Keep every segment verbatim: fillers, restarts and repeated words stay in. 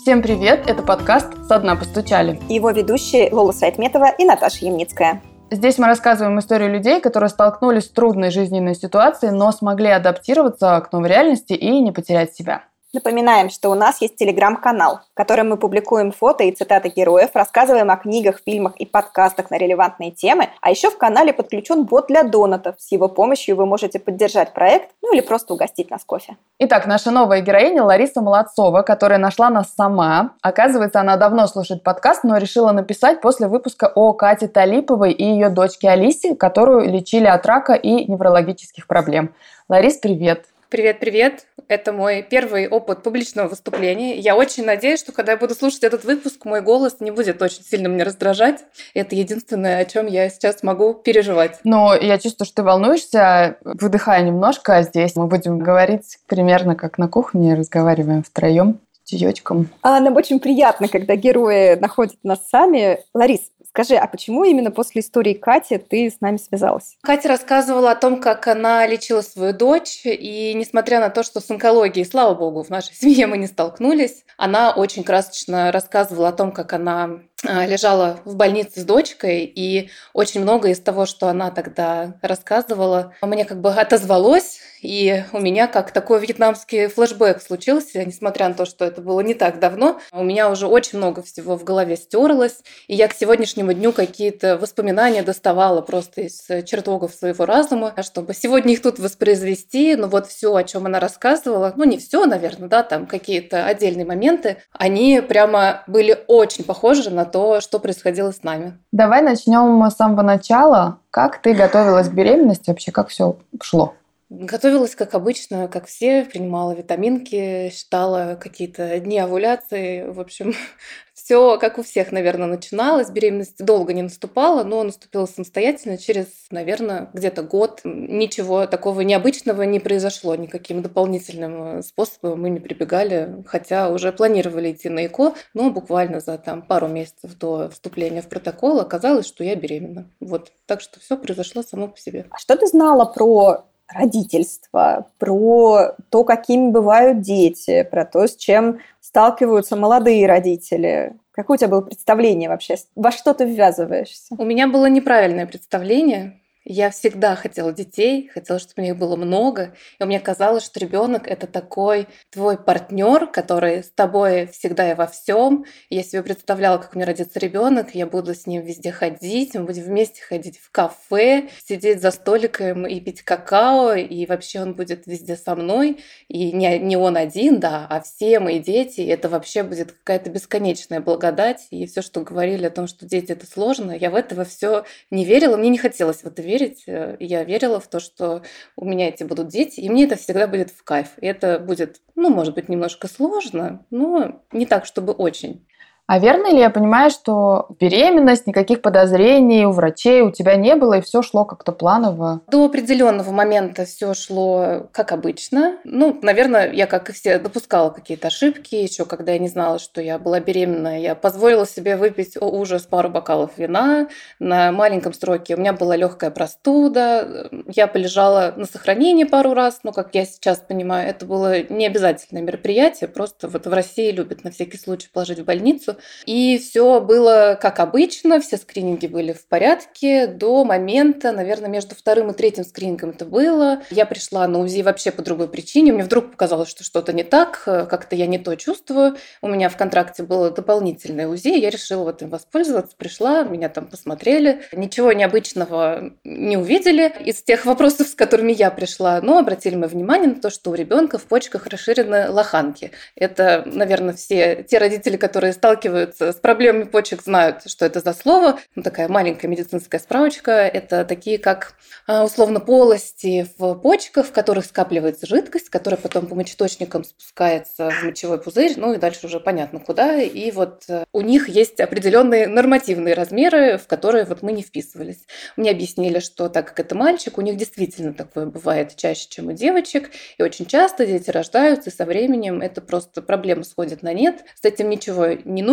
Всем привет! Это подкаст «Со дна постучали». Его ведущие Лола Сайтметова и Наташа Ямницкая. Здесь мы рассказываем историю людей, которые столкнулись с трудной жизненной ситуацией, но смогли адаптироваться к новой реальности и не потерять себя. Напоминаем, что у нас есть телеграм-канал, в котором мы публикуем фото и цитаты героев, рассказываем о книгах, фильмах и подкастах на релевантные темы, а еще в канале подключен бот для донатов. С его помощью вы можете поддержать проект, ну или просто угостить нас кофе. Итак, наша новая героиня Лариса Молодцова, которая нашла нас сама. Оказывается, она давно слушает подкаст, но решила написать после выпуска о Кате Талиповой и ее дочке Алисе, которую лечили от рака и неврологических проблем. Ларис, привет! Привет-привет! Это мой первый опыт публичного выступления. Я очень надеюсь, что когда я буду слушать этот выпуск, мой голос не будет очень сильно меня раздражать. Это единственное, о чем я сейчас могу переживать. Но я чувствую, что ты волнуешься. Выдыхай немножко. Здесь мы будем говорить примерно как на кухне, разговариваем втроем с чаечком. А нам очень приятно, когда герои находят нас сами. Ларис, скажи, а почему именно после истории Кати ты с нами связалась? Катя рассказывала о том, как она лечила свою дочь, и несмотря на то, что с онкологией, слава богу, в нашей семье мы не столкнулись, она очень красочно рассказывала о том, как она лежала в больнице с дочкой, и очень много из того, что она тогда рассказывала, мне как бы отозвалось, и у меня как такой вьетнамский флешбэк случился, несмотря на то, что это было не так давно. У меня уже очень много всего в голове стерлось, и я к сегодняшнему дню какие-то воспоминания доставала просто из чертогов своего разума, чтобы сегодня их тут воспроизвести. Но вот все, о чем она рассказывала, ну не все, наверное, да, там какие-то отдельные моменты, они прямо были очень похожи на то, что происходило с нами. Давай начнем с самого начала. Как ты готовилась к беременности? Вообще, как все шло? Готовилась, как обычно, как все, принимала витаминки, считала какие-то дни овуляции. В общем, все, как у всех, наверное, начиналось. Беременность долго не наступала, но наступила самостоятельно. Через, наверное, где-то год ничего такого необычного не произошло. Никаким дополнительным способом мы не прибегали, хотя уже планировали идти на ЭКО, но буквально за там, пару месяцев до вступления в протокол оказалось, что я беременна. Вот. Так что все произошло само по себе. А что ты знала про родительство, про то, какими бывают дети, про то, с чем сталкиваются молодые родители? Какое у тебя было представление вообще? Во что ты ввязываешься? У меня было неправильное представление. Я всегда хотела детей, хотела, чтобы у них было много. И мне казалось, что ребенок это такой твой партнер, который с тобой всегда и во всем. Я себе представляла, как у меня родится ребенок, я буду с ним везде ходить, мы будем вместе ходить в кафе, сидеть за столиком и пить какао, и вообще он будет везде со мной. И не, не он один, да, а все мои дети. И это вообще будет какая-то бесконечная благодать. И все, что говорили о том, что дети это сложно, я в это во все не верила, мне не хотелось в это верить. Я верила в то, что у меня эти будут дети, и мне это всегда будет в кайф. И это будет, ну, может быть, немножко сложно, но не так, чтобы очень. А верно ли я понимаю, что беременность, никаких подозрений у врачей у тебя не было, и все шло как-то планово? До определенного момента все шло как обычно. Ну, наверное, я, как и все, допускала какие-то ошибки. Еще когда я не знала, что я была беременна, я позволила себе выпить, о ужас, пару бокалов вина на маленьком сроке. У меня была легкая простуда. Я полежала на сохранении пару раз. Но, как я сейчас понимаю, это было не обязательное мероприятие. Просто вот в России любят на всякий случай положить в больницу. И все было как обычно, все скрининги были в порядке до момента, наверное, между вторым и третьим скринингом это было. Я пришла на УЗИ вообще по другой причине. Мне вдруг показалось, что что-то не так, как-то я не то чувствую. У меня в контракте было дополнительное УЗИ, я решила вот им воспользоваться. Пришла, меня там посмотрели. Ничего необычного не увидели из тех вопросов, с которыми я пришла, но обратили мое внимание на то, что у ребенка в почках расширены лоханки. Это, наверное, все те родители, которые сталкиваются с проблемами почек, знают, что это за слово. Ну, такая маленькая медицинская справочка. Это такие, как условно полости в почках, в которых скапливается жидкость, которая потом по мочеточникам спускается в мочевой пузырь, ну и дальше уже понятно куда. И вот у них есть определенные нормативные размеры, в которые вот мы не вписывались. Мне объяснили, что так как это мальчик, у них действительно такое бывает чаще, чем у девочек. И очень часто дети рождаются, и со временем это просто проблема сходит на нет. С этим ничего не нужно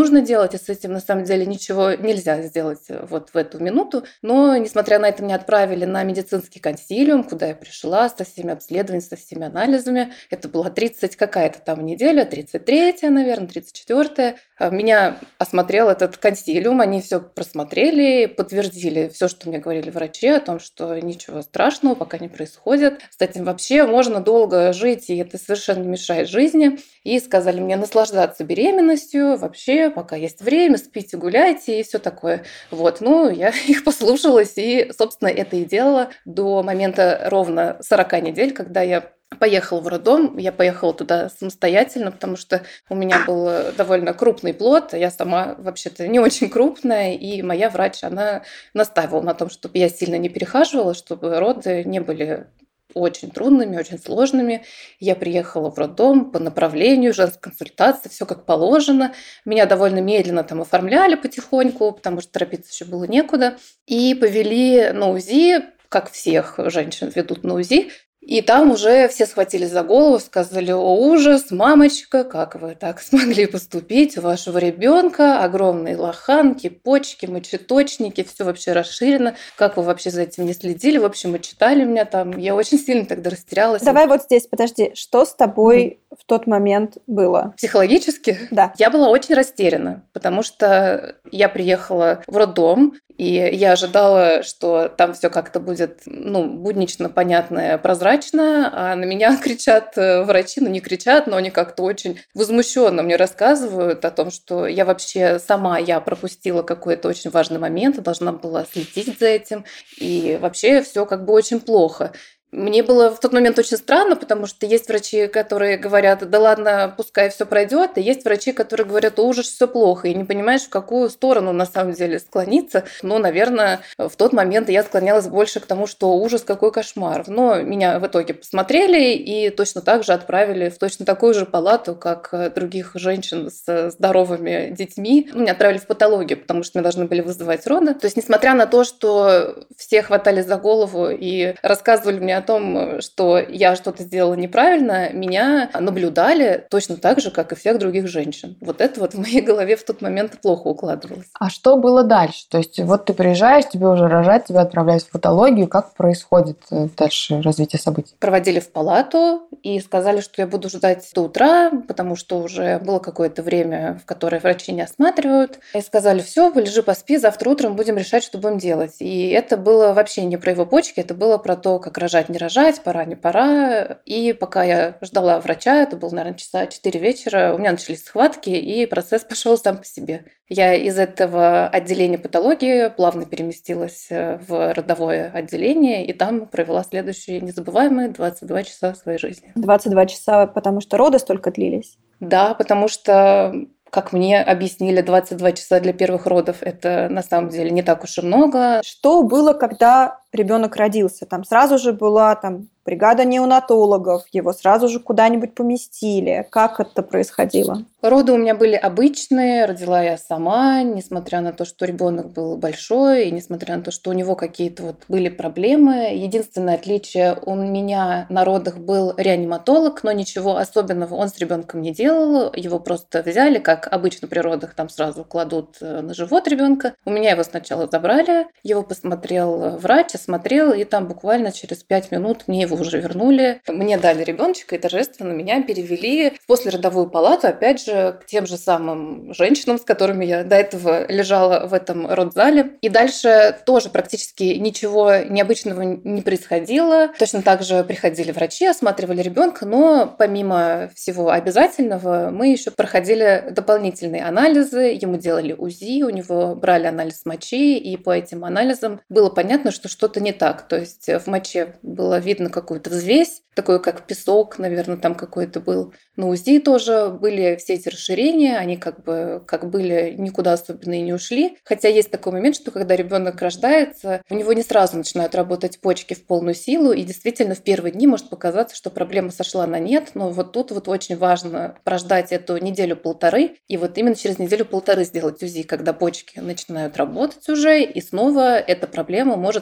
нужно делать, и с этим на самом деле ничего нельзя сделать вот в эту минуту. Но, несмотря на это, меня отправили на медицинский консилиум, куда я пришла со всеми обследованиями, со всеми анализами. Это была тридцать какая-то там неделя, тридцать третья, наверное, тридцать четвёртая. Меня осмотрел этот консилиум, они все просмотрели, подтвердили все, что мне говорили врачи о том, что ничего страшного пока не происходит. Кстати, вообще можно долго жить, и это совершенно не мешает жизни. И сказали мне наслаждаться беременностью, вообще, пока есть время, спите, гуляйте и все такое. Вот, ну, я их послушалась, и, собственно, это и делала до момента ровно сорок недель, когда я поехала в роддом. Я поехала туда самостоятельно, потому что у меня был довольно крупный плод. Я сама вообще-то не очень крупная, и моя врач, она настаивала на том, чтобы я сильно не перехаживала, чтобы роды не были очень трудными, очень сложными. Я приехала в роддом по направлению, женской консультации, все как положено. Меня довольно медленно там оформляли потихоньку, потому что торопиться еще было некуда. И повели на УЗИ, как всех женщин ведут на УЗИ. И там уже все схватились за голову, сказали: о, ужас, мамочка, как вы так смогли поступить? У вашего ребенка огромные лоханки, почки, мочеточники, все вообще расширено. Как вы вообще за этим не следили? В общем, отчитали меня там. Я очень сильно тогда растерялась. Давай вот здесь, подожди, что с тобой mm-hmm. в тот момент было? Психологически? Да. Я была очень растеряна, потому что я приехала в роддом, и я ожидала, что там все как-то будет, ну, буднично, понятно, прозрачно, а на меня кричат врачи, ну не кричат, но они как-то очень возмущенно мне рассказывают о том, что я вообще сама, я пропустила какой-то очень важный момент, должна была следить за этим, и вообще все как бы очень плохо. Мне было в тот момент очень странно, потому что есть врачи, которые говорят: да ладно, пускай все пройдет, и есть врачи, которые говорят: ужас, все плохо, и не понимаешь, в какую сторону на самом деле склониться. Но, наверное, в тот момент я склонялась больше к тому, что ужас, какой кошмар. Но меня в итоге посмотрели и точно так же отправили в точно такую же палату, как других женщин с здоровыми детьми. Ну, меня отправили в патологию, потому что меня должны были вызывать роды. То есть, несмотря на то, что все хватались за голову и рассказывали мне о том, что я что-то сделала неправильно, меня наблюдали точно так же, как и всех других женщин. Вот это вот в моей голове в тот момент плохо укладывалось. А что было дальше? То есть вот ты приезжаешь, тебе уже рожать, тебя отправляют в патологию. Как происходит дальше развитие событий? Проводили в палату и сказали, что я буду ждать до утра, потому что уже было какое-то время, в которое врачи не осматривают. И сказали: все, полежи, поспи, завтра утром будем решать, что будем делать. И это было вообще не про его почки, это было про то, как рожать, не рожать, пора, не пора. И пока я ждала врача, это было, наверное, часа четыре вечера, у меня начались схватки, и процесс пошел сам по себе. Я из этого отделения патологии плавно переместилась в родовое отделение, и там провела следующие незабываемые двадцать два часа своей жизни. двадцать два часа, потому что роды столько длились? Да, потому что, как мне объяснили, двадцать два часа для первых родов – это на самом деле не так уж и много. Что было, когда ребенок родился? Там сразу же была там бригада неонатологов, его сразу же куда-нибудь поместили. Как это происходило? Роды у меня были обычные, родила я сама, несмотря на то, что ребенок был большой, и несмотря на то, что у него какие-то вот были проблемы. Единственное отличие: у меня на родах был реаниматолог, но ничего особенного он с ребенком не делал. Его просто взяли, как обычно при родах, там сразу кладут на живот ребенка. У меня его сначала забрали, его посмотрел врач, осмотрел, и там буквально через пять минут мне его уже вернули. Мне дали ребеночка и торжественно меня перевели в послеродовую палату, опять же, к тем же самым женщинам, с которыми я до этого лежала в этом родзале. И дальше тоже практически ничего необычного не происходило. Точно так же приходили врачи, осматривали ребенка, но помимо всего обязательного мы еще проходили дополнительные анализы. Ему делали УЗИ, у него брали анализ мочи, и по этим анализам было понятно, что что-то не так. То есть в моче было видно какую-то взвесь, такой как песок, наверное, там какой-то был. На УЗИ тоже были все эти расширения, они как бы как были, никуда особенно и не ушли. Хотя есть такой момент, что когда ребенок рождается, у него не сразу начинают работать почки в полную силу, и действительно в первые дни может показаться, что проблема сошла на нет, но вот тут вот очень важно прождать эту неделю-полторы, и вот именно через неделю-полторы сделать УЗИ, когда почки начинают работать уже, и снова эта проблема может стать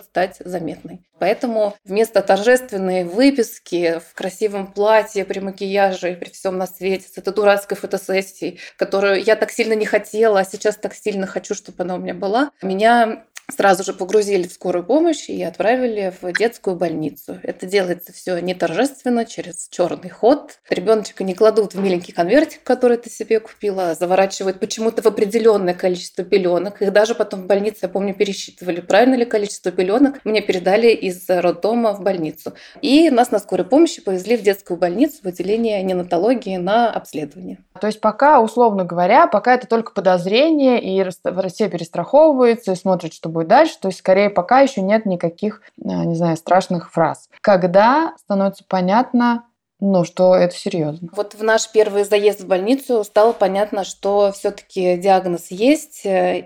заметной. Поэтому вместо торжественной выписки в красивом платье, при макияже и при всем на свете, с этой дурацкой фотосессией, которую я так сильно не хотела, а сейчас так сильно хочу, чтобы она у меня была, меня сразу же погрузили в скорую помощь и отправили в детскую больницу. Это делается все не торжественно, через черный ход. Ребеночка не кладут в миленький конвертик, который ты себе купила, а заворачивают почему-то в определенное количество пеленок. Их даже потом в больнице, я помню, пересчитывали, правильно ли количество пеленок. Мне передали из роддома в больницу. И нас на скорой помощи повезли в детскую больницу, в отделение неонатологии на обследование. То есть пока, условно говоря, пока это только подозрение, и все перестраховываются и смотрят, что будет дальше, то есть скорее пока еще нет никаких, не знаю, страшных фраз. Когда становится понятно, ну, что это серьезно. Вот в наш первый заезд в больницу стало понятно, что все-таки диагноз есть,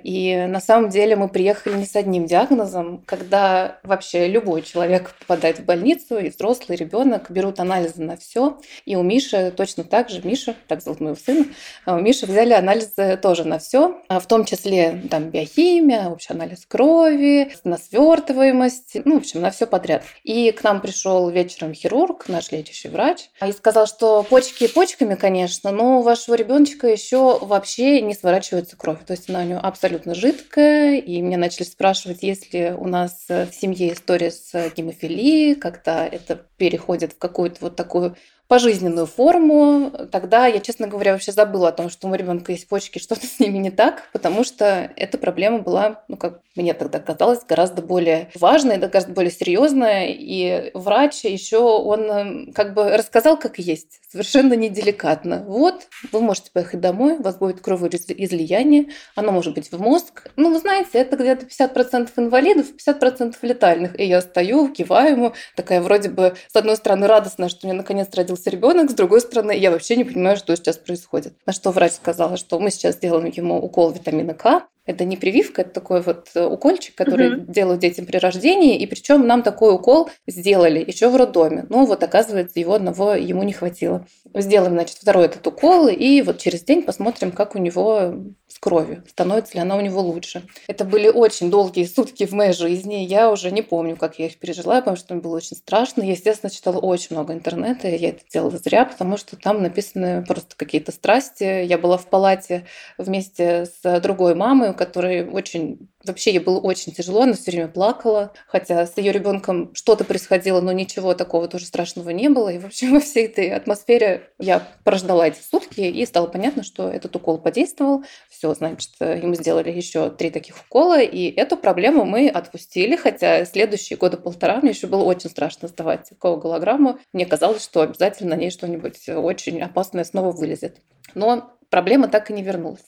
и на самом деле мы приехали не с одним диагнозом. Когда вообще любой человек попадает в больницу, и взрослый, и ребенок, берут анализы на все, и у Миши точно так же, Миша, так зовут моего сына, у Миши взяли анализы тоже на все, в том числе там биохимия, общий анализ крови, на свертываемость, ну, в общем, на все подряд. И к нам пришел вечером хирург, наш лечащий врач, и сказал, что почки почками, конечно, но у вашего ребеночка еще вообще не сворачивается кровь. То есть она у него абсолютно жидкая. И меня начали спрашивать, есть ли у нас в семье история с гемофилией, когда это переходит в какую-то вот такую пожизненную форму. Тогда я, честно говоря, вообще забыла о том, что у моего ребенка есть почки, что-то с ними не так, потому что эта проблема была, ну, как мне тогда казалось, гораздо более важная, гораздо более серьезная. И врач еще, он как бы рассказал, как есть, совершенно неделикатно. Вот, вы можете поехать домой, у вас будет кровоизлияние, оно может быть в мозг. Ну, вы знаете, это где-то пятьдесят процентов инвалидов, пятьдесят процентов летальных. И я стою, киваю ему, такая вроде бы, с одной стороны, радостная, что у меня наконец родился ребенок, с другой стороны, я вообще не понимаю, что сейчас происходит. На что врач сказала, что мы сейчас сделаем ему укол витамина К. Это не прививка, это такой вот укольчик, который uh-huh. делают детям при рождении. И причем нам такой укол сделали еще в роддоме. Ну вот, оказывается, его одного ему не хватило. Сделаем, значит, второй этот укол, и вот через день посмотрим, как у него с кровью, становится ли она у него лучше. Это были очень долгие сутки в моей жизни. Я уже не помню, как я их пережила, потому что мне было очень страшно. Я, естественно, читала очень много интернета, и я это делала зря, потому что там написаны просто какие-то страсти. Я была в палате вместе с другой мамой, у которой очень... Вообще ей было очень тяжело, она все время плакала, хотя с ее ребенком что-то происходило, но ничего такого тоже страшного не было. И, в общем, во всей этой атмосфере я прождала эти сутки, и стало понятно, что этот укол подействовал. Все, значит, ему сделали еще три таких укола, и эту проблему мы отпустили, хотя следующие года полтора мне еще было очень страшно сдавать коагулограмму. Мне казалось, что обязательно на ней что-нибудь очень опасное снова вылезет. Но проблема так и не вернулась.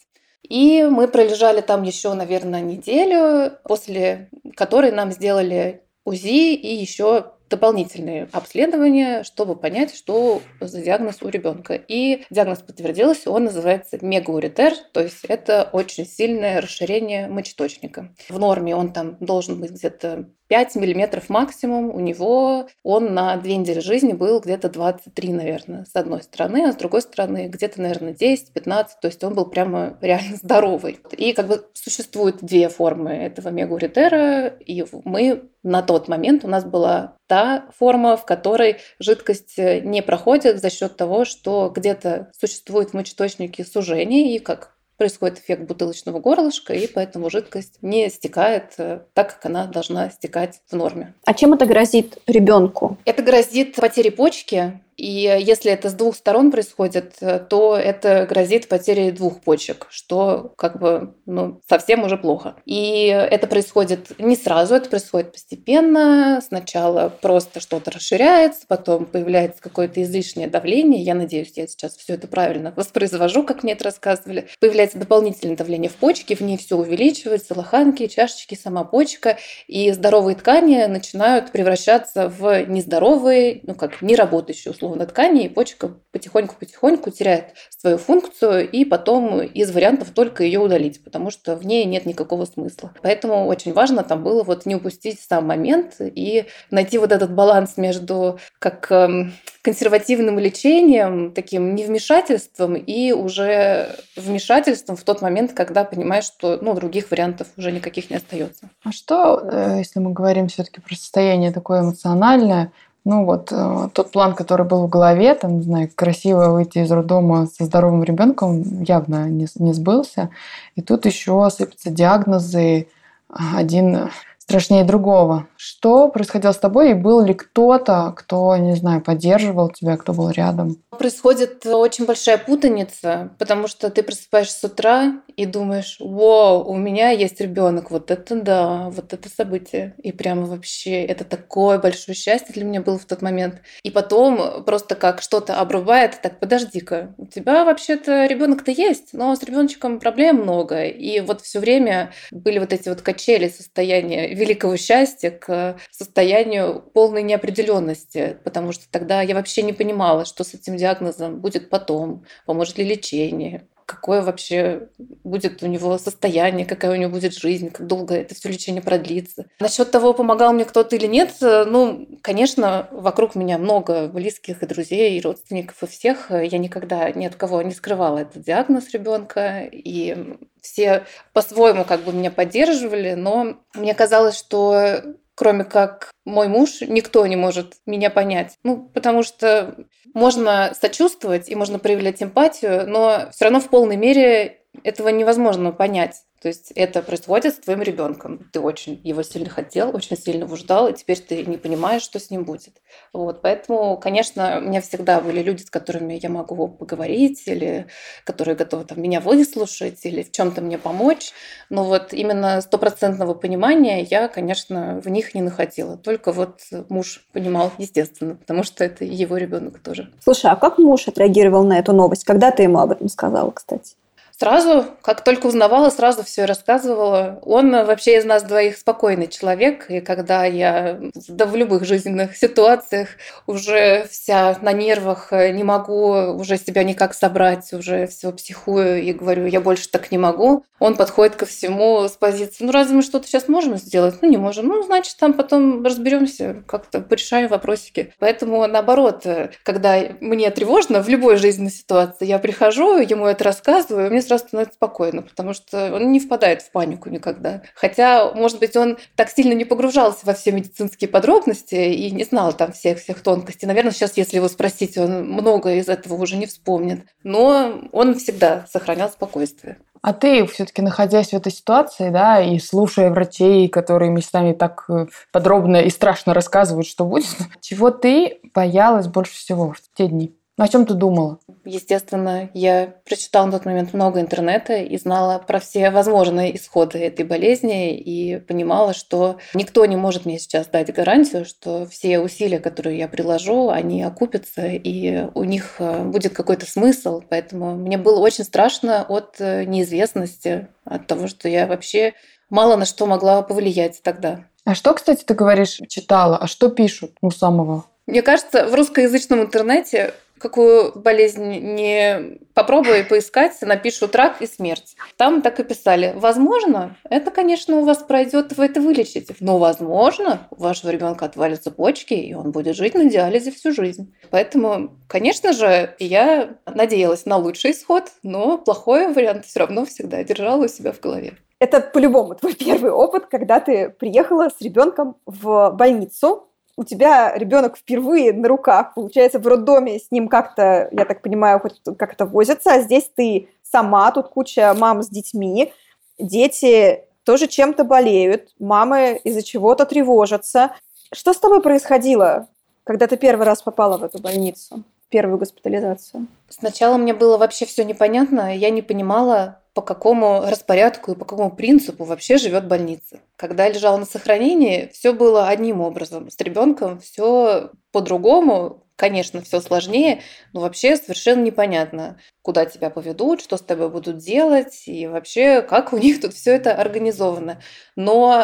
И мы пролежали там еще, наверное, неделю, после которой нам сделали УЗИ и еще дополнительные обследования, чтобы понять, что за диагноз у ребенка. И диагноз подтвердился, он называется мегауретер, то есть это очень сильное расширение мочеточника. В норме он там должен быть где-то пять миллиметров максимум, у него он на две недели жизни был где-то двадцать три, наверное, с одной стороны, а с другой стороны где-то, наверное, десять-пятнадцать, то есть он был прямо реально здоровый. И как бы существует две формы этого мегауретера, и мы на тот момент у нас была та форма, в которой жидкость не проходит за счет того, что где-то существует в мочеточнике сужение, и как происходит эффект бутылочного горлышка, и поэтому жидкость не стекает так, как она должна стекать в норме. А чем это грозит ребенку? Это грозит потерей почки. И если это с двух сторон происходит, то это грозит потерей двух почек, что как бы ну, совсем уже плохо. И это происходит не сразу, это происходит постепенно. Сначала просто что-то расширяется, потом появляется какое-то излишнее давление. Я надеюсь, я сейчас все это правильно воспроизвожу, как мне это рассказывали. Появляется дополнительное давление в почке, в ней все увеличивается, лоханки, чашечки, сама почка. И здоровые ткани начинают превращаться в нездоровые, ну как неработающие условия пошло на ткани, и почка потихоньку-потихоньку теряет свою функцию, и потом из вариантов только ее удалить, потому что в ней нет никакого смысла. Поэтому очень важно там было вот не упустить сам момент и найти вот этот баланс между как эм, консервативным лечением, таким невмешательством и уже вмешательством в тот момент, когда понимаешь, что ну, других вариантов уже никаких не остается. А что, э, если мы говорим все-таки про состояние такое эмоциональное, ну вот э, тот план, который был в голове, там, не знаю, красиво выйти из роддома со здоровым ребенком, явно не, не сбылся. И тут еще сыпятся диагнозы, один страшнее другого. Что происходило с тобой, и был ли кто-то, кто, не знаю, поддерживал тебя, кто был рядом? Происходит очень большая путаница, потому что ты просыпаешься с утра и думаешь: вау, у меня есть ребенок, вот это да, вот это событие. И прямо вообще это такое большое счастье для меня было в тот момент. И потом просто как что-то обрубает: так, подожди-ка, у тебя вообще-то ребенок-то есть, но с ребеночком проблем много. И вот все время были вот эти вот качели состояния великого счастья к состоянию полной неопределенности, потому что тогда я вообще не понимала, что с этим диагнозом будет потом, поможет ли лечение, какое вообще будет у него состояние, какая у него будет жизнь, как долго это все лечение продлится. Насчет того, помогал мне кто-то или нет, ну, конечно, вокруг меня много близких и друзей, и родственников, и всех. Я никогда ни от кого не скрывала этот диагноз ребенка, и все по-своему как бы меня поддерживали, но мне казалось, что кроме как мой муж, никто не может меня понять. Ну, потому что можно сочувствовать и можно проявлять эмпатию, но все равно в полной мере этого невозможно понять. То есть это происходит с твоим ребенком. Ты очень его сильно хотел, очень сильно его ждал, и теперь ты не понимаешь, что с ним будет. Вот. Поэтому, конечно, у меня всегда были люди, с которыми я могу поговорить, или которые готовы там, меня выслушать, или в чем-то мне помочь. Но вот именно стопроцентного понимания я, конечно, в них не находила. Только вот муж понимал, естественно, потому что это его ребенок тоже. Слушай, а как муж отреагировал на эту новость? Когда ты ему об этом сказала, кстати? Сразу, как только узнавала, сразу все рассказывала. Он вообще из нас двоих спокойный человек, и когда я да, в любых жизненных ситуациях уже вся на нервах, не могу уже себя никак собрать, уже все психую и говорю: я больше так не могу, он подходит ко всему с позиции: ну разве мы что-то сейчас можем сделать? Ну не можем. Ну значит, там потом разберемся, как-то порешаем вопросики. Поэтому наоборот, когда мне тревожно в любой жизненной ситуации, я прихожу, ему это рассказываю, и мне сразу становится спокойно, потому что он не впадает в панику никогда. Хотя, может быть, он так сильно не погружался во все медицинские подробности и не знал там всех-всех тонкостей. Наверное, сейчас, если его спросить, он много из этого уже не вспомнит. Но он всегда сохранял спокойствие. А ты, все-таки находясь в этой ситуации, да, и слушая врачей, которые местами так подробно и страшно рассказывают, что будет, чего ты боялась больше всего в те дни? О чем ты думала? Естественно, я прочитала на тот момент много интернета и знала про все возможные исходы этой болезни и понимала, что никто не может мне сейчас дать гарантию, что все усилия, которые я приложу, они окупятся и у них будет какой-то смысл. Поэтому мне было очень страшно от неизвестности, от того, что я вообще мало на что могла повлиять тогда. А что, кстати, ты говоришь, читала? А что пишут у самого? Мне кажется, в русскоязычном интернете какую болезнь не попробуй поискать, напишут рак и смерть. Там так и писали: возможно, это, конечно, у вас пройдет, вы это вылечите, но, возможно, у вашего ребенка отвалятся почки, и он будет жить на диализе всю жизнь. Поэтому, конечно же, я надеялась на лучший исход, но плохой вариант все равно всегда держала у себя в голове. Это по-любому твой первый опыт, когда ты приехала с ребенком в больницу. У тебя ребенок впервые на руках, получается, в роддоме с ним как-то, я так понимаю, хоть как-то возятся, а здесь ты сама, тут куча мам с детьми, дети тоже чем-то болеют, мамы из-за чего-то тревожатся. Что с тобой происходило, когда ты первый раз попала в эту больницу, в первую госпитализацию? Сначала мне было вообще все непонятно, я не понимала, по какому распорядку и по какому принципу вообще живет больница. Когда я лежала на сохранении, все было одним образом. С ребенком все по-другому, конечно, все сложнее, но вообще совершенно непонятно, куда тебя поведут, что с тобой будут делать и вообще как у них тут все это организовано. Но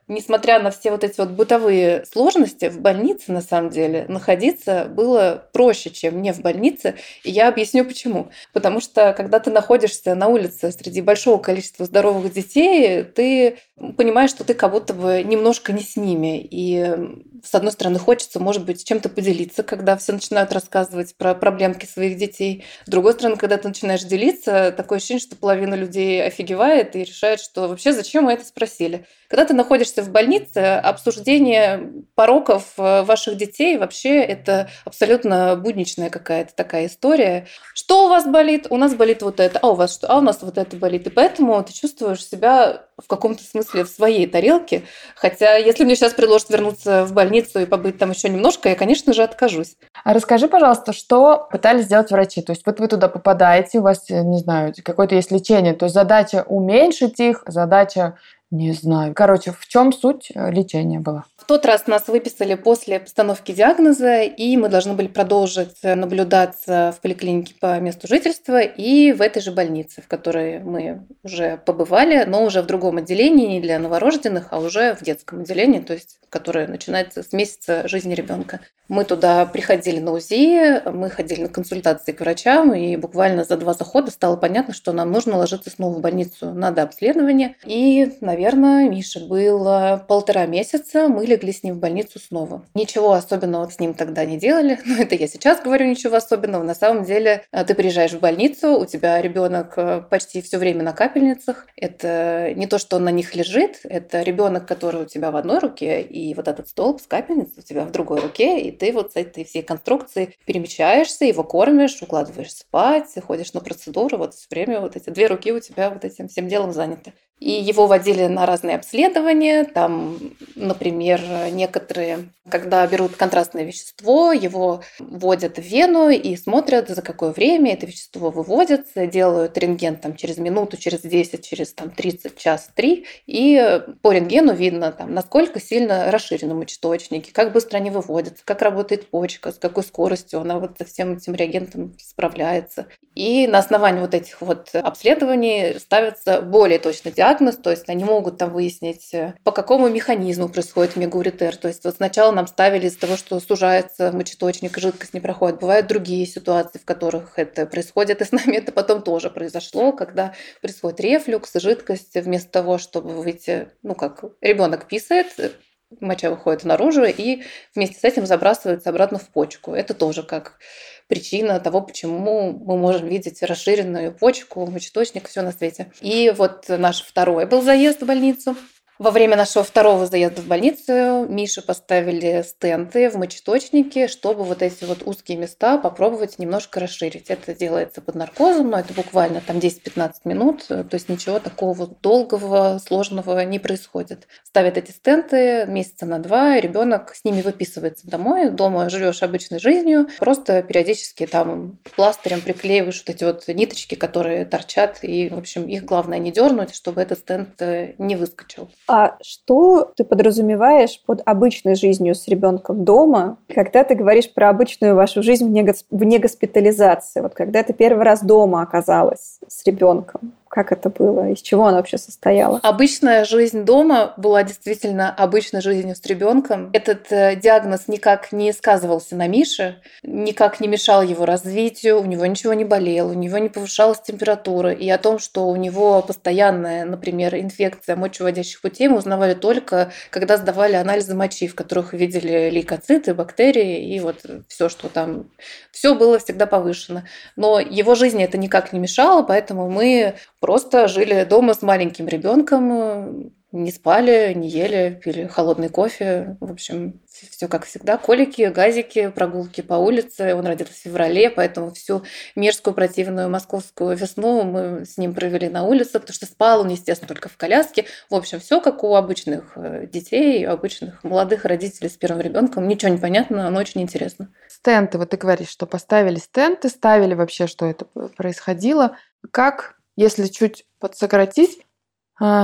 несмотря на все вот эти вот бытовые сложности, в больнице, на самом деле, находиться было проще, чем не в больнице. И я объясню, почему. Потому что, когда ты находишься на улице среди большого количества здоровых детей, ты понимаешь, что ты как будто бы немножко не с ними. И, с одной стороны, хочется, может быть, чем-то поделиться, когда все начинают рассказывать про проблемки своих детей. С другой стороны, когда ты начинаешь делиться, такое ощущение, что половина людей офигевает и решает, что вообще зачем мы это спросили. Когда ты находишься в больнице, обсуждение пороков ваших детей вообще это абсолютно будничная какая-то такая история. Что у вас болит? У нас болит вот это. А у вас что? А у нас вот это болит. И поэтому ты чувствуешь себя в каком-то смысле в своей тарелке. Хотя, если мне сейчас предложат вернуться в больницу и побыть там еще немножко, я, конечно же, откажусь. А расскажи, пожалуйста, что пытались сделать врачи? То есть вот вы туда попадаете, у вас, не знаю, какое-то есть лечение. То есть задача уменьшить их, задача... Не знаю. Короче, в чем суть лечения была? В тот раз нас выписали после постановки диагноза, и мы должны были продолжить наблюдаться в поликлинике по месту жительства и в этой же больнице, в которой мы уже побывали, но уже в другом отделении, не для новорожденных, а уже в детском отделении, то есть которое начинается с месяца жизни ребенка. Мы туда приходили на УЗИ, мы ходили на консультации к врачам, и буквально за два захода стало понятно, что нам нужно ложиться снова в больницу на дообследование. И, наверное, Мише было полтора месяца, мы легли с ним в больницу снова. Ничего особенного с ним тогда не делали, но это я сейчас говорю ничего особенного. На самом деле ты приезжаешь в больницу, у тебя ребенок почти все время на капельницах. Это не то, что он на них лежит, это ребенок, который у тебя в одной руке, и вот этот столб с капельницей у тебя в другой руке, и ты вот с этой всей конструкцией перемещаешься, его кормишь, укладываешь спать, ходишь на процедуру, вот все время вот эти две руки у тебя вот этим всем делом заняты. И его водили на разные обследования. Там, например, некоторые, когда берут контрастное вещество, его вводят в вену и смотрят, за какое время это вещество выводится, делают рентген там, через минуту, через десять, через там, тридцать, час, три. И по рентгену видно, там, насколько сильно расширены мочеточники, как быстро они выводятся, как работает почка, с какой скоростью она вот со всем этим реагентом справляется. И на основании вот этих вот обследований ставится более точный диагноз, то есть они могут там выяснить, по какому механизму происходит мегауретер. То есть вот сначала нам ставили из-за того, что сужается мочеточник, и жидкость не проходит. Бывают другие ситуации, в которых это происходит, и с нами это потом тоже произошло, когда происходит рефлюкс, и жидкость вместо того, чтобы выйти, ну как ребенок писает, моча выходит наружу и вместе с этим забрасывается обратно в почку. Это тоже как причина того, почему мы можем видеть расширенную почку, мочеточник, все на свете. И вот наш второй был заезд в больницу. Во время нашего второго заезда в больницу Мише поставили стенты в мочеточнике, чтобы вот эти вот узкие места попробовать немножко расширить. Это делается под наркозом, но это буквально там десять-пятнадцать минут, то есть ничего такого долгого, сложного не происходит. Ставят эти стенты месяца на два, и ребенок с ними выписывается домой. Дома живешь обычной жизнью, просто периодически там пластырем приклеиваешь вот эти вот ниточки, которые торчат, и, в общем, их главное не дернуть, чтобы этот стенд не выскочил. А что ты подразумеваешь под обычной жизнью с ребенком дома, когда ты говоришь про обычную вашу жизнь вне госпитализации? Вот когда ты первый раз дома оказалась с ребенком? Как это было? Из чего она вообще состояла? Обычная жизнь дома была действительно обычной жизнью с ребенком. Этот диагноз никак не сказывался на Мише, никак не мешал его развитию, у него ничего не болело, у него не повышалась температура. И о том, что у него постоянная, например, инфекция мочевыводящих путей, мы узнавали только, когда сдавали анализы мочи, в которых видели лейкоциты, бактерии и вот все, что там. Все было всегда повышено. Но его жизни это никак не мешало, поэтому мы просто жили дома с маленьким ребенком, не спали, не ели, пили холодный кофе. В общем, все как всегда. Колики, газики, прогулки по улице. Он родился в феврале, поэтому всю мерзкую, противную московскую весну мы с ним провели на улице, потому что спал он, естественно, только в коляске. В общем, все как у обычных детей, у обычных молодых родителей с первым ребенком. Ничего не понятно, но очень интересно. Стенты, вот ты говоришь, что поставили стенты, ставили вообще, что это происходило. Как, если чуть подсократить,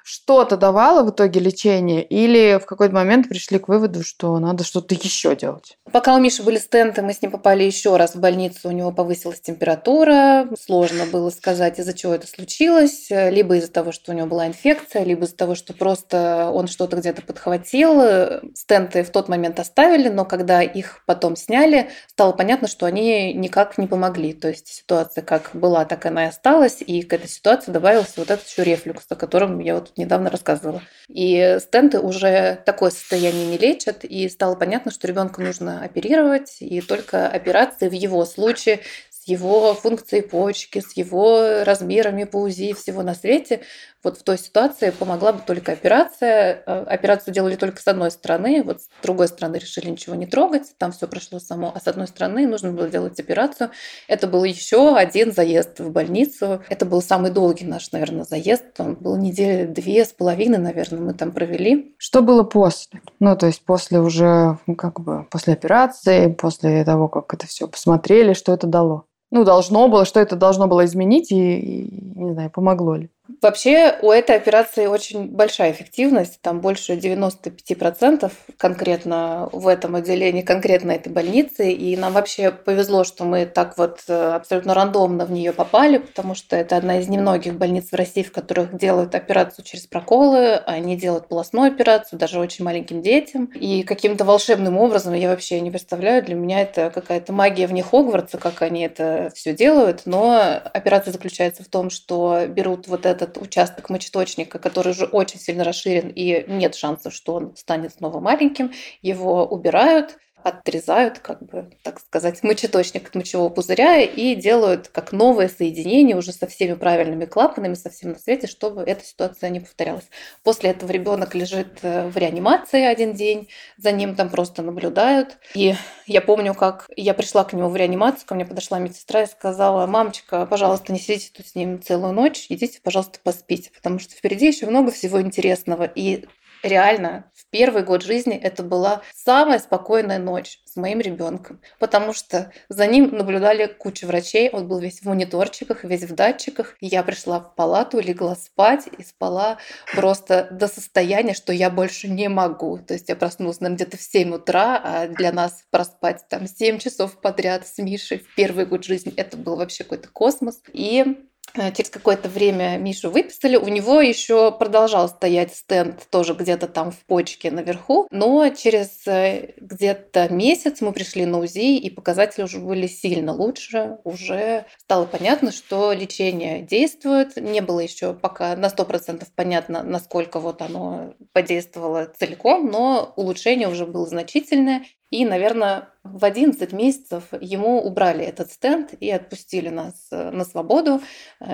что-то давало в итоге лечение, или в какой-то момент пришли к выводу, что надо что-то еще делать? Пока у Миши были стенты, мы с ним попали еще раз в больницу, у него повысилась температура, сложно было сказать, из-за чего это случилось, либо из-за того, что у него была инфекция, либо из-за того, что просто он что-то где-то подхватил. Стенты в тот момент оставили, но когда их потом сняли, стало понятно, что они никак не помогли. То есть ситуация как была, так она и осталась, и к этой ситуации добавился вот этот еще рефлюкс, о котором я вот недавно рассказывала. И стенты уже такое состояние не лечат, и стало понятно, что ребенка нужно оперировать, и только операции в его случае с его функцией почки, с его размерами по УЗИ, всего на свете. Вот в той ситуации помогла бы только операция. Операцию делали только с одной стороны, вот с другой стороны решили ничего не трогать, там все прошло само, а с одной стороны нужно было делать операцию. Это был еще один заезд в больницу. Это был самый долгий наш, наверное, заезд. Он был недели две с половиной, наверное, мы там провели. Что было после? Ну, то есть после уже, ну, как бы, после операции, после того, как это все посмотрели, что это дало? Ну, должно было, что это должно было изменить, и, и не знаю, помогло ли? Вообще у этой операции очень большая эффективность, там больше девяносто пять процентов конкретно в этом отделении, конкретно этой больницы. И нам вообще повезло, что мы так вот абсолютно рандомно в нее попали, потому что это одна из немногих больниц в России, в которых делают операцию через проколы, они делают полостную операцию даже очень маленьким детям. И каким-то волшебным образом, я вообще не представляю, для меня это какая-то магия вне Хогвартса, как они это все делают. Но операция заключается в том, что берут вот это этот участок мочеточника, который уже очень сильно расширен и нет шансов, что он станет снова маленьким, его убирают, отрезают, как бы, так сказать, мочеточник от мочевого пузыря и делают как новое соединение уже со всеми правильными клапанами, со всем на свете, чтобы эта ситуация не повторялась. После этого ребенок лежит в реанимации один день, за ним там просто наблюдают. И я помню, как я пришла к нему в реанимацию, ко мне подошла медсестра и сказала: мамочка, пожалуйста, не сидите тут с ним целую ночь, идите, пожалуйста, поспите, потому что впереди еще много всего интересного. И реально, в первый год жизни это была самая спокойная ночь с моим ребенком, потому что за ним наблюдали куча врачей, он был весь в мониторчиках, весь в датчиках. И я пришла в палату, легла спать и спала просто до состояния, что я больше не могу. То есть я проснулась, наверное, где-то в семь утра, а для нас проспать там семь часов подряд с Мишей в первый год жизни это был вообще какой-то космос. И через какое-то время Мишу выписали. У него еще продолжал стоять стенд тоже где-то там в почке наверху. Но через где-то месяц мы пришли на УЗИ, и показатели уже были сильно лучше. Уже стало понятно, что лечение действует. Не было еще пока на сто процентов понятно, насколько вот оно подействовало целиком, но улучшение уже было значительное. И, наверное, в одиннадцать месяцев ему убрали этот стенд и отпустили нас на свободу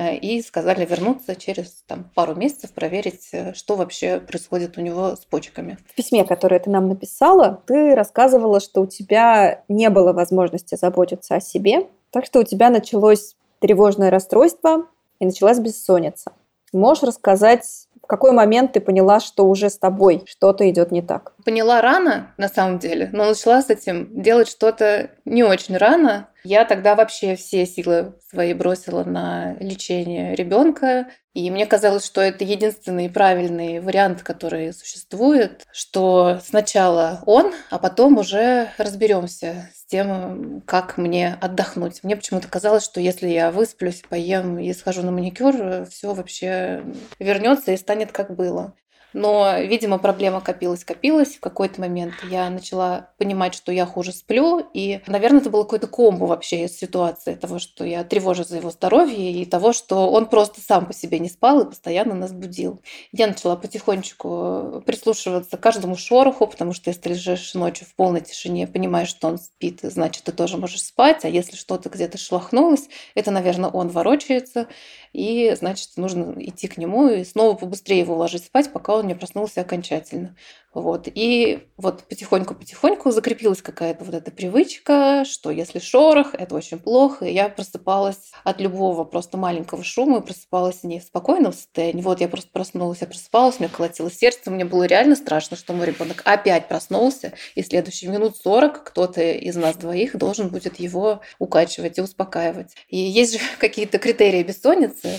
и сказали вернуться через там, пару месяцев, проверить, что вообще происходит у него с почками. В письме, которое ты нам написала, ты рассказывала, что у тебя не было возможности заботиться о себе, так что у тебя началось тревожное расстройство и началась бессонница. Можешь рассказать, в какой момент ты поняла, что уже с тобой что-то идет не так? Поняла рано, на самом деле, но начала с этим делать что-то не очень рано. Я тогда вообще все силы свои бросила на лечение ребенка. И мне казалось, что это единственный правильный вариант, который существует, что сначала он, а потом уже разберемся с тем, как мне отдохнуть. Мне почему-то казалось, что если я высплюсь, поем и схожу на маникюр, все вообще вернется и станет как было. Но, видимо, проблема копилась-копилась. В какой-то момент я начала понимать, что я хуже сплю. И, наверное, это было какое-то комбо вообще из ситуации того, что я тревожусь за его здоровье, и того, что он просто сам по себе не спал и постоянно нас будил. Я начала потихонечку прислушиваться к каждому шороху, потому что если ты лежишь ночью в полной тишине, понимаешь, что он спит, значит, ты тоже можешь спать. А если что-то где-то шелохнулось, это, наверное, он ворочается. И, значит, нужно идти к нему и снова побыстрее его уложить спать, пока он не проснулся окончательно. Вот. И вот потихоньку-потихоньку закрепилась какая-то вот эта привычка, что если шорох, это очень плохо. И я просыпалась от любого просто маленького шума, и просыпалась не в спокойном состоянии. Вот я просто проснулась, я просыпалась, у меня колотилось сердце, мне было реально страшно, что мой ребенок опять проснулся, и следующие минут сорок кто-то из нас двоих должен будет его укачивать и успокаивать. И есть же какие-то критерии бессонницы. Вот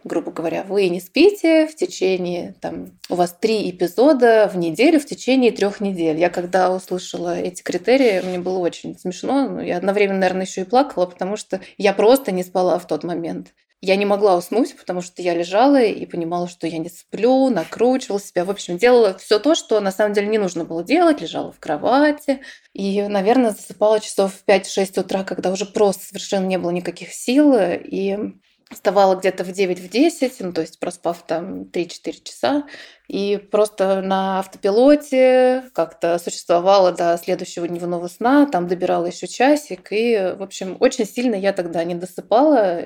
грубо говоря, вы не спите в течение, там, у вас три эпизода в неделю в течение трех недель. Я когда услышала эти критерии, мне было очень смешно. Но я одновременно, наверное, еще и плакала, потому что я просто не спала в тот момент. Я не могла уснуть, потому что я лежала и понимала, что я не сплю, накручивала себя. В общем, делала все то, что на самом деле не нужно было делать. Лежала в кровати и, наверное, засыпала часов в пять-шесть утра, когда уже просто совершенно не было никаких сил. И вставала где-то в девять-десять, ну, то есть проспав там три-четыре часа. И просто на автопилоте как-то существовала до следующего дневного сна, там добирала еще часик. И, в общем, очень сильно я тогда не досыпала.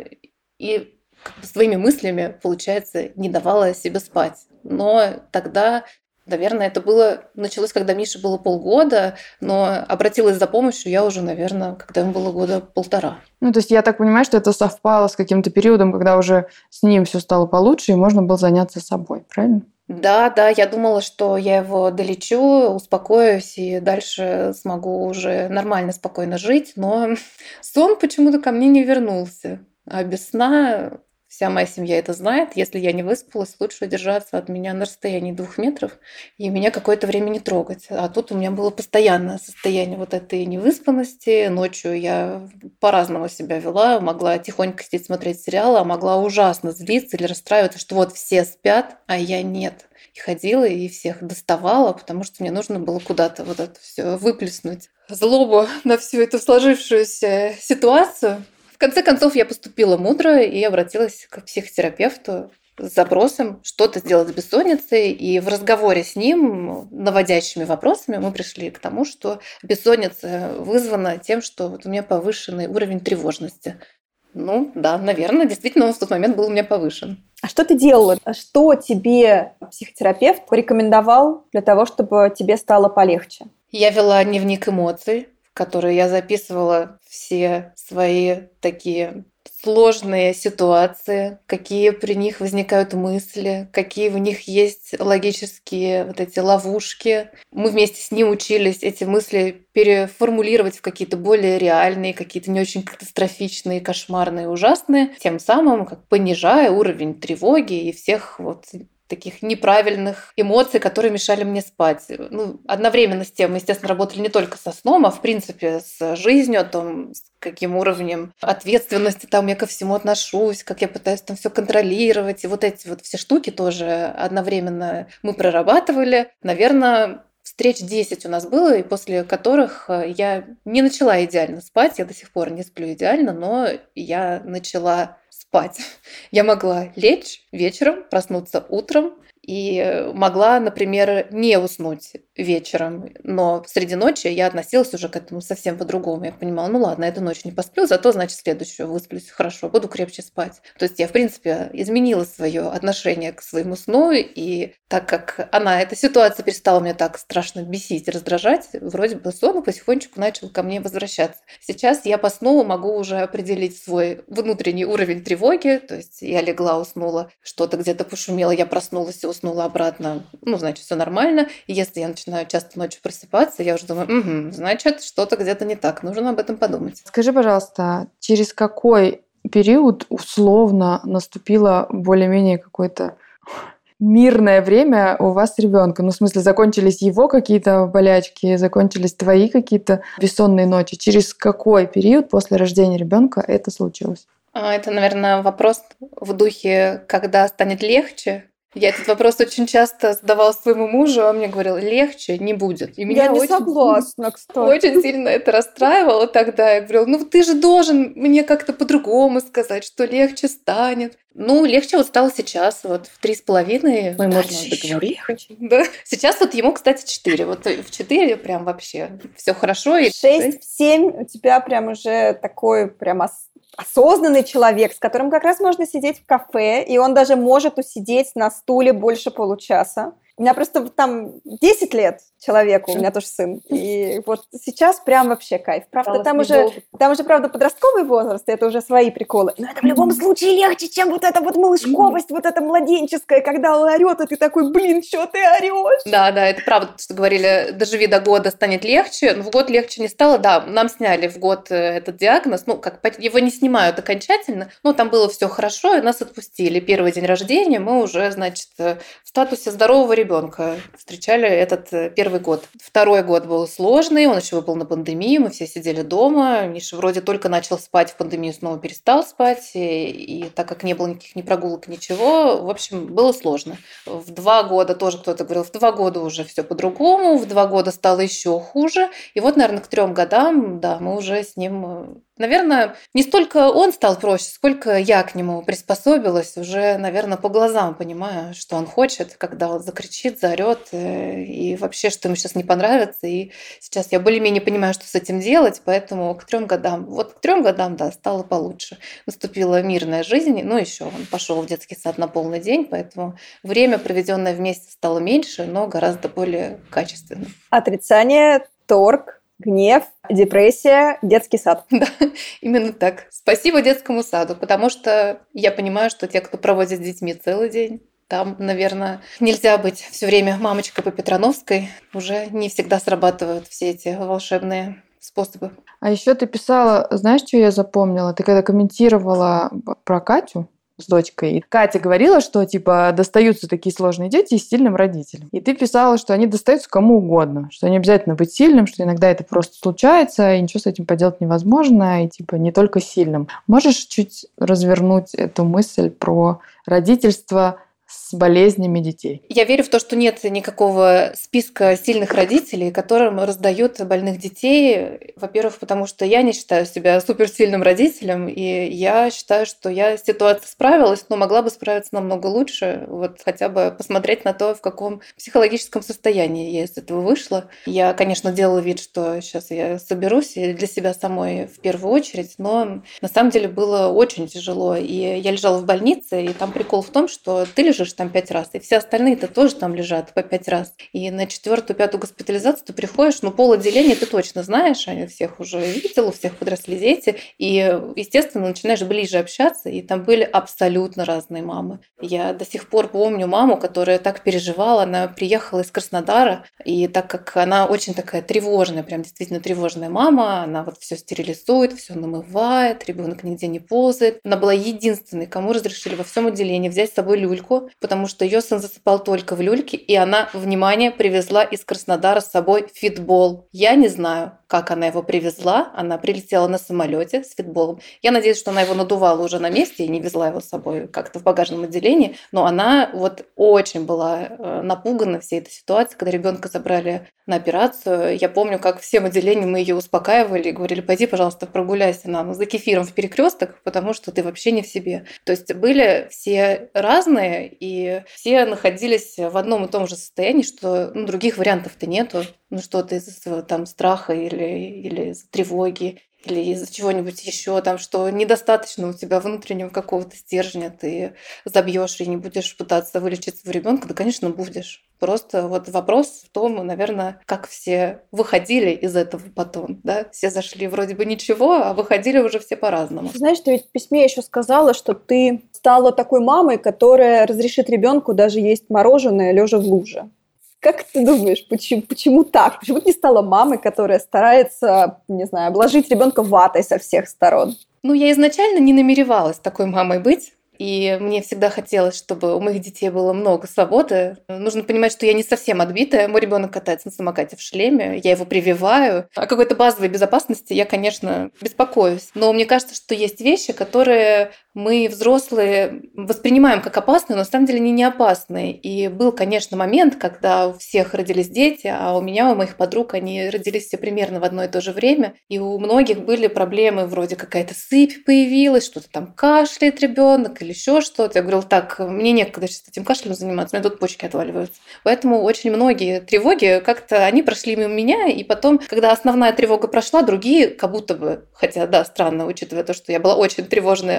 И как бы своими мыслями, получается, не давала себе спать. Но тогда, наверное, это было началось, когда Мише было полгода, но обратилась за помощью я уже, наверное, когда ему было года полтора. Ну, то есть я так понимаю, что это совпало с каким-то периодом, когда уже с ним все стало получше, и можно было заняться собой, правильно? Да, да, я думала, что я его долечу, успокоюсь и дальше смогу уже нормально, спокойно жить, но сон почему-то ко мне не вернулся. А без сна вся моя семья это знает. Если я не выспалась, лучше держаться от меня на расстоянии двух метров и меня какое-то время не трогать. А тут у меня было постоянное состояние вот этой невыспанности. Ночью я по-разному себя вела. Могла тихонько сидеть смотреть сериалы, а могла ужасно злиться или расстраиваться, что вот все спят, а я нет. И ходила, и всех доставала, потому что мне нужно было куда-то вот это все выплеснуть. Злобу на всю эту сложившуюся ситуацию. В конце концов, я поступила мудро и обратилась к психотерапевту с запросом что-то сделать с бессонницей. И в разговоре с ним, наводящими вопросами, мы пришли к тому, что бессонница вызвана тем, что вот у меня повышенный уровень тревожности. Ну да, наверное, действительно он в тот момент был у меня повышен. А что ты делала? Что тебе психотерапевт порекомендовал для того, чтобы тебе стало полегче? Я вела дневник эмоций, в который я записывала все свои такие сложные ситуации, какие при них возникают мысли, какие в них есть логические вот эти ловушки. Мы вместе с ним учились эти мысли переформулировать в какие-то более реальные, какие-то не очень катастрофичные, кошмарные, ужасные, тем самым как понижая уровень тревоги и всех вот таких неправильных эмоций, которые мешали мне спать. Ну, одновременно с тем мы, естественно, работали не только со сном, а в принципе с жизнью, о том, с каким уровнем ответственности там я ко всему отношусь, как я пытаюсь там все контролировать. И вот эти вот все штуки тоже одновременно мы прорабатывали. Наверное, встреч десять у нас было, и после которых я не начала идеально спать. Я до сих пор не сплю идеально, но я начала спать. Я могла лечь вечером, проснуться утром и могла, например, не уснуть вечером, но среди ночи я относилась уже к этому совсем по-другому. Я понимала, ну ладно, эту ночь не посплю, зато, значит, следующую высплюсь хорошо, буду крепче спать. То есть я, в принципе, изменила свое отношение к своему сну, и так как она, эта ситуация перестала меня так страшно бесить, раздражать, вроде бы сон потихонечку начал ко мне возвращаться. Сейчас я по сну могу уже определить свой внутренний уровень тревоги, то есть я легла, уснула, что-то где-то пошумело, я проснулась и уснула обратно, ну, значит, все нормально. И если я начинаю часто ночью просыпаться, я уже думаю, угу, значит, что-то где-то не так, нужно об этом подумать. Скажи, пожалуйста, через какой период условно наступило более-менее какое-то мирное время у вас с ребенком? Ну, в смысле, закончились его какие-то болячки, закончились твои какие-то бессонные ночи. Через какой период после рождения ребенка это случилось? Это, наверное, вопрос в духе, когда станет легче. Я этот вопрос очень часто задавала своему мужу, а он мне говорил, легче не будет. И меня Я не очень, согласна, кстати. Очень сильно это расстраивало тогда. Я говорила, ну ты же должен мне как-то по-другому сказать, что легче станет. Ну, легче вот стало сейчас, вот в три с половиной мы можно договорить. Да. Сейчас вот ему, кстати, четыре. Вот в четыре прям вообще все хорошо. И шесть, семь у тебя прям уже такой прям осознанный человек, с которым как раз можно сидеть в кафе, и он даже может усидеть на стуле больше получаса. У меня просто там десять лет человеку, у меня тоже сын. И вот сейчас прям вообще кайф. Правда, там уже, там уже, правда, подростковый возраст, это уже свои приколы. Но это в любом случае легче, чем вот эта вот малышковость, вот эта младенческая, когда он орет, и ты такой, блин, что ты орешь? Да, да, это правда, что говорили, доживи до года, станет легче. Но в год легче не стало. Да, нам сняли в год этот диагноз. Ну, как его не снимают окончательно, но там было все хорошо, и нас отпустили. Первый день рождения мы уже, значит, в статусе здорового ребенка встречали этот первый год. Второй год был сложный, он еще был на пандемии, мы все сидели дома. Миша вроде только начал спать, в пандемию снова перестал спать, и, и так как не было никаких ни прогулок, ничего, в общем, было сложно. В два года тоже кто-то говорил, в два года уже все по-другому, в два года стало еще хуже. И вот, наверное, к трем годам, да, мы уже с ним... Наверное, не столько он стал проще, сколько я к нему приспособилась, уже, наверное, по глазам понимаю, что он хочет, когда он закричит, заорет, и вообще, что ему сейчас не понравится. И сейчас я более-менее понимаю, что с этим делать, поэтому к трем годам, вот к трем годам, да, стало получше. Наступила мирная жизнь, ну еще он пошел в детский сад на полный день, поэтому время, проведенное вместе, стало меньше, но гораздо более качественным. Отрицание, торг, гнев, депрессия, детский сад. Да, именно так. Спасибо детскому саду, потому что я понимаю, что те, кто проводит с детьми целый день, там, наверное, нельзя быть все время мамочкой по Петрановской. Уже не всегда срабатывают все эти волшебные способы. А еще ты писала, знаешь, что я запомнила? Ты когда комментировала про Катю с дочкой, и Катя говорила, что типа достаются такие сложные дети сильным родителям. И ты писала, что они достаются кому угодно, что не обязательно быть сильным, что иногда это просто случается, и ничего с этим поделать невозможно, и типа не только сильным. Можешь чуть развернуть эту мысль про родительство с болезнями детей? Я верю в то, что нет никакого списка сильных родителей, которым раздают больных детей. Во-первых, потому что я не считаю себя суперсильным родителем, и я считаю, что я с ситуацией справилась, но могла бы справиться намного лучше. Вот хотя бы посмотреть на то, в каком психологическом состоянии я из этого вышла. Я, конечно, делала вид, что сейчас я соберусь, и для себя самой в первую очередь, но на самом деле было очень тяжело. И я лежала в больнице, и там прикол в том, что ты лежишь там пять раз, и все остальные-то тоже там лежат по пять раз. И на четвертую, пятую госпитализацию ты приходишь, ну, пол отделения ты точно знаешь, они всех уже видел, у всех подросли дети, и, естественно, начинаешь ближе общаться, и там были абсолютно разные мамы. Я до сих пор помню маму, которая так переживала, она приехала из Краснодара, и так как она очень такая тревожная, прям действительно тревожная мама, она вот все стерилизует, все намывает, ребенок нигде не ползает. Она была единственной, кому разрешили во всем отделении взять с собой люльку, потому что ее сын засыпал только в люльке, и она, внимание, привезла из Краснодара с собой фитбол. Я не знаю, как она его привезла. Она прилетела на самолете с фитболом. Я надеюсь, что она его надувала уже на месте и не везла его с собой как-то в багажном отделении. Но она вот очень была напугана всей этой ситуацией, когда ребенка забрали на операцию. Я помню, как всем отделением мы ее успокаивали и говорили: пойди, пожалуйста, прогуляйся нам за кефиром в перекресток, потому что ты вообще не в себе. То есть были все разные, и все находились в одном и том же состоянии, что ну, других вариантов-то нету. Ну что-то из-за там страха или, или из-за тревоги, или из-за чего-нибудь еще, там, что недостаточно у тебя внутреннего какого-то стержня, ты забьешь и не будешь пытаться вылечить своего ребенка, да, конечно, будешь. Просто вот вопрос в том, наверное, как все выходили из этого потом, да? Все зашли вроде бы ничего, а выходили уже все по-разному. Знаешь, ты ведь в письме еще сказала, что ты стала такой мамой, которая разрешит ребенку даже есть мороженое, лежа в луже. Как ты думаешь, почему, почему так? Почему ты не стала мамой, которая старается, не знаю, обложить ребенка ватой со всех сторон? Ну, я изначально не намеревалась такой мамой быть. И мне всегда хотелось, чтобы у моих детей было много свободы. Нужно понимать, что я не совсем отбитая. Мой ребенок катается на самокате в шлеме, я его прививаю. О какой-то базовой безопасности я, конечно, беспокоюсь. Но мне кажется, что есть вещи, которые мы, взрослые, воспринимаем как опасные, но на самом деле они не опасные. И был, конечно, момент, когда у всех родились дети, а у меня, у моих подруг, они родились все примерно в одно и то же время. И у многих были проблемы, вроде какая-то сыпь появилась, что-то там кашляет ребенок или еще что-то. Я говорила: так, мне некогда сейчас этим кашлем заниматься, у меня тут почки отваливаются. Поэтому очень многие тревоги как-то, они прошли мимо меня, и потом, когда основная тревога прошла, другие как будто бы, хотя, да, странно, учитывая то, что я была очень тревожная во всех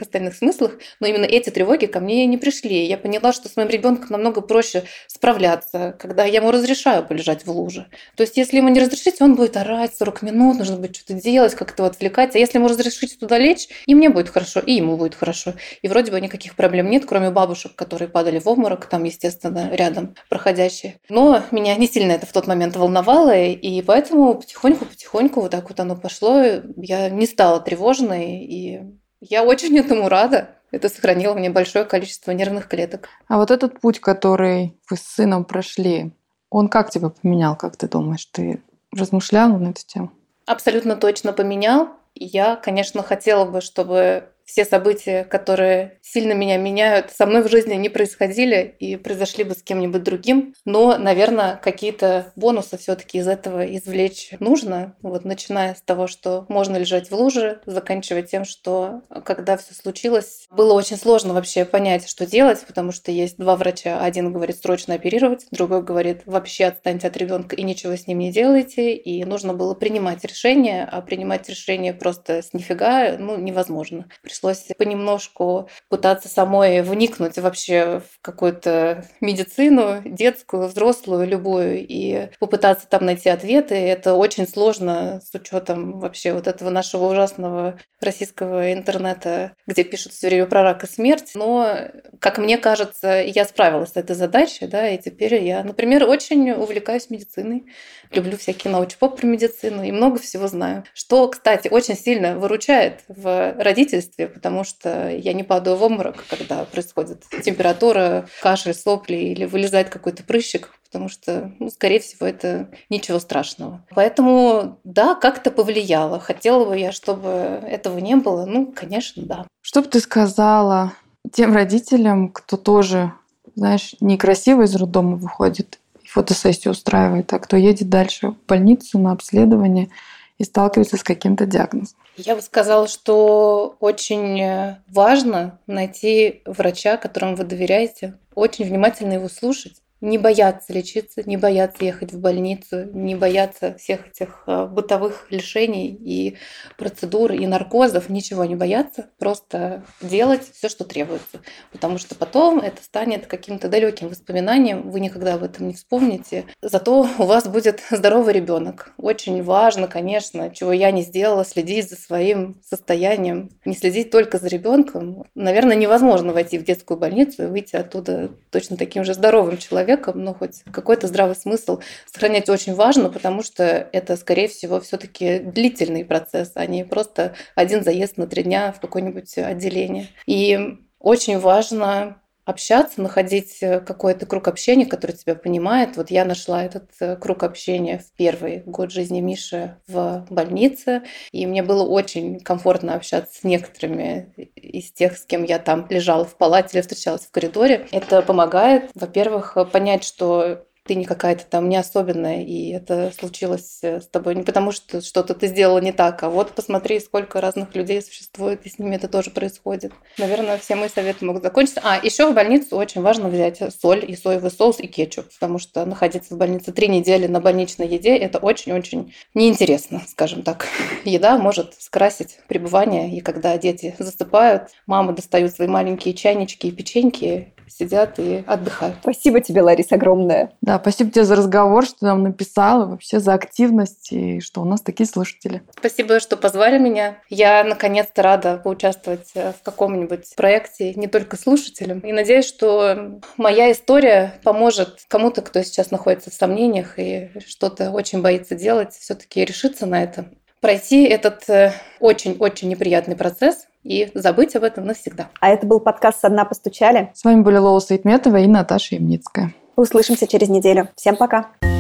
остальных смыслах, но именно эти тревоги ко мне не пришли. Я поняла, что с моим ребенком намного проще справляться, когда я ему разрешаю полежать в луже. То есть, если ему не разрешить, он будет орать сорок минут, нужно будет что-то делать, как-то отвлекать. А если ему разрешить туда лечь, и мне будет хорошо, и ему будет хорошо. И вроде бы никаких проблем нет, кроме бабушек, которые падали в обморок, там, естественно, рядом проходящие. Но меня не сильно это в тот момент волновало, и поэтому потихоньку-потихоньку вот так вот оно пошло. Я не стала тревожной, и я очень этому рада. Это сохранило мне большое количество нервных клеток. А вот этот путь, который вы с сыном прошли, он как тебя поменял, как ты думаешь? Ты размышляла на эту тему? Абсолютно точно поменял. Я, конечно, хотела бы, чтобы все события, которые сильно меня меняют, со мной в жизни не происходили и произошли бы с кем-нибудь другим. Но, наверное, какие-то бонусы все-таки из этого извлечь нужно. Вот начиная с того, что можно лежать в луже, заканчивая тем, что когда все случилось, было очень сложно вообще понять, что делать, потому что есть два врача. Один говорит срочно оперировать, другой говорит вообще отстаньте от ребенка и ничего с ним не делайте. И нужно было принимать решение, а принимать решение просто с нифига ну, невозможно. Пришлось понемножку пытаться самой вникнуть вообще в какую-то медицину, детскую, взрослую, любую, и попытаться там найти ответы. Это очень сложно с учетом вообще вот этого нашего ужасного российского интернета, где пишут все время про рак и смерть. Но, как мне кажется, я справилась с этой задачей, да, и теперь я, например, очень увлекаюсь медициной, люблю всякие научпоп про медицину и много всего знаю. Что, кстати, очень сильно выручает в родительстве, потому что я не падаю в обморок, когда происходит температура, кашель, сопли или вылезает какой-то прыщик, потому что, ну, скорее всего, это ничего страшного. Поэтому, да, как-то повлияло. Хотела бы я, чтобы этого не было? Ну, конечно, да. Что бы ты сказала тем родителям, кто тоже, знаешь, некрасиво из роддома выходит и фотосессию устраивает, а кто едет дальше в больницу на обследование и сталкивается с каким-то диагнозом? Я бы сказала, что очень важно найти врача, которому вы доверяете, очень внимательно его слушать. Не бояться лечиться, не бояться ехать в больницу, не бояться всех этих бытовых лишений и процедур, и наркозов, ничего не бояться, просто делать все, что требуется. Потому что потом это станет каким-то далеким воспоминанием, вы никогда об этом не вспомните. Зато у вас будет здоровый ребенок. Очень важно, конечно, чего я не сделала, следить за своим состоянием, не следить только за ребенком. Наверное, невозможно войти в детскую больницу и выйти оттуда точно таким же здоровым человеком, но хоть какой-то здравый смысл сохранять очень важно, потому что это, скорее всего, все-таки длительный процесс, а не просто один заезд на три дня в какое-нибудь отделение. И очень важно общаться, находить какой-то круг общения, который тебя понимает. Вот я нашла этот круг общения в первый год жизни Миши в больнице, и мне было очень комфортно общаться с некоторыми из тех, с кем я там лежала в палате или встречалась в коридоре. Это помогает, во-первых, понять, что ты не какая-то там не особенная, и это случилось с тобой не потому, что что-то ты сделала не так, а вот посмотри, сколько разных людей существует, и с ними это тоже происходит. Наверное, все мои советы могут закончиться. А, еще в больницу очень важно взять соль и соевый соус и кетчуп, потому что находиться в больнице три недели на больничной еде – это очень-очень неинтересно, скажем так. Еда может скрасить пребывание, и когда дети засыпают, мамы достают свои маленькие чайнички и печеньки, сидят и отдыхают. Спасибо тебе, Лариса, огромное. Да, спасибо тебе за разговор, что ты нам написала, вообще за активность, и что у нас такие слушатели. Спасибо, что позвали меня. Я, наконец-то, рада поучаствовать в каком-нибудь проекте не только слушателям. И надеюсь, что моя история поможет кому-то, кто сейчас находится в сомнениях и что-то очень боится делать, все-таки решиться на это. Пройти этот очень-очень неприятный процесс и забыть об этом навсегда. А это был подкаст «Со дна постучали». С вами были Лола Саидметова и Наташа Ямницкая. Услышимся через неделю. Всем пока.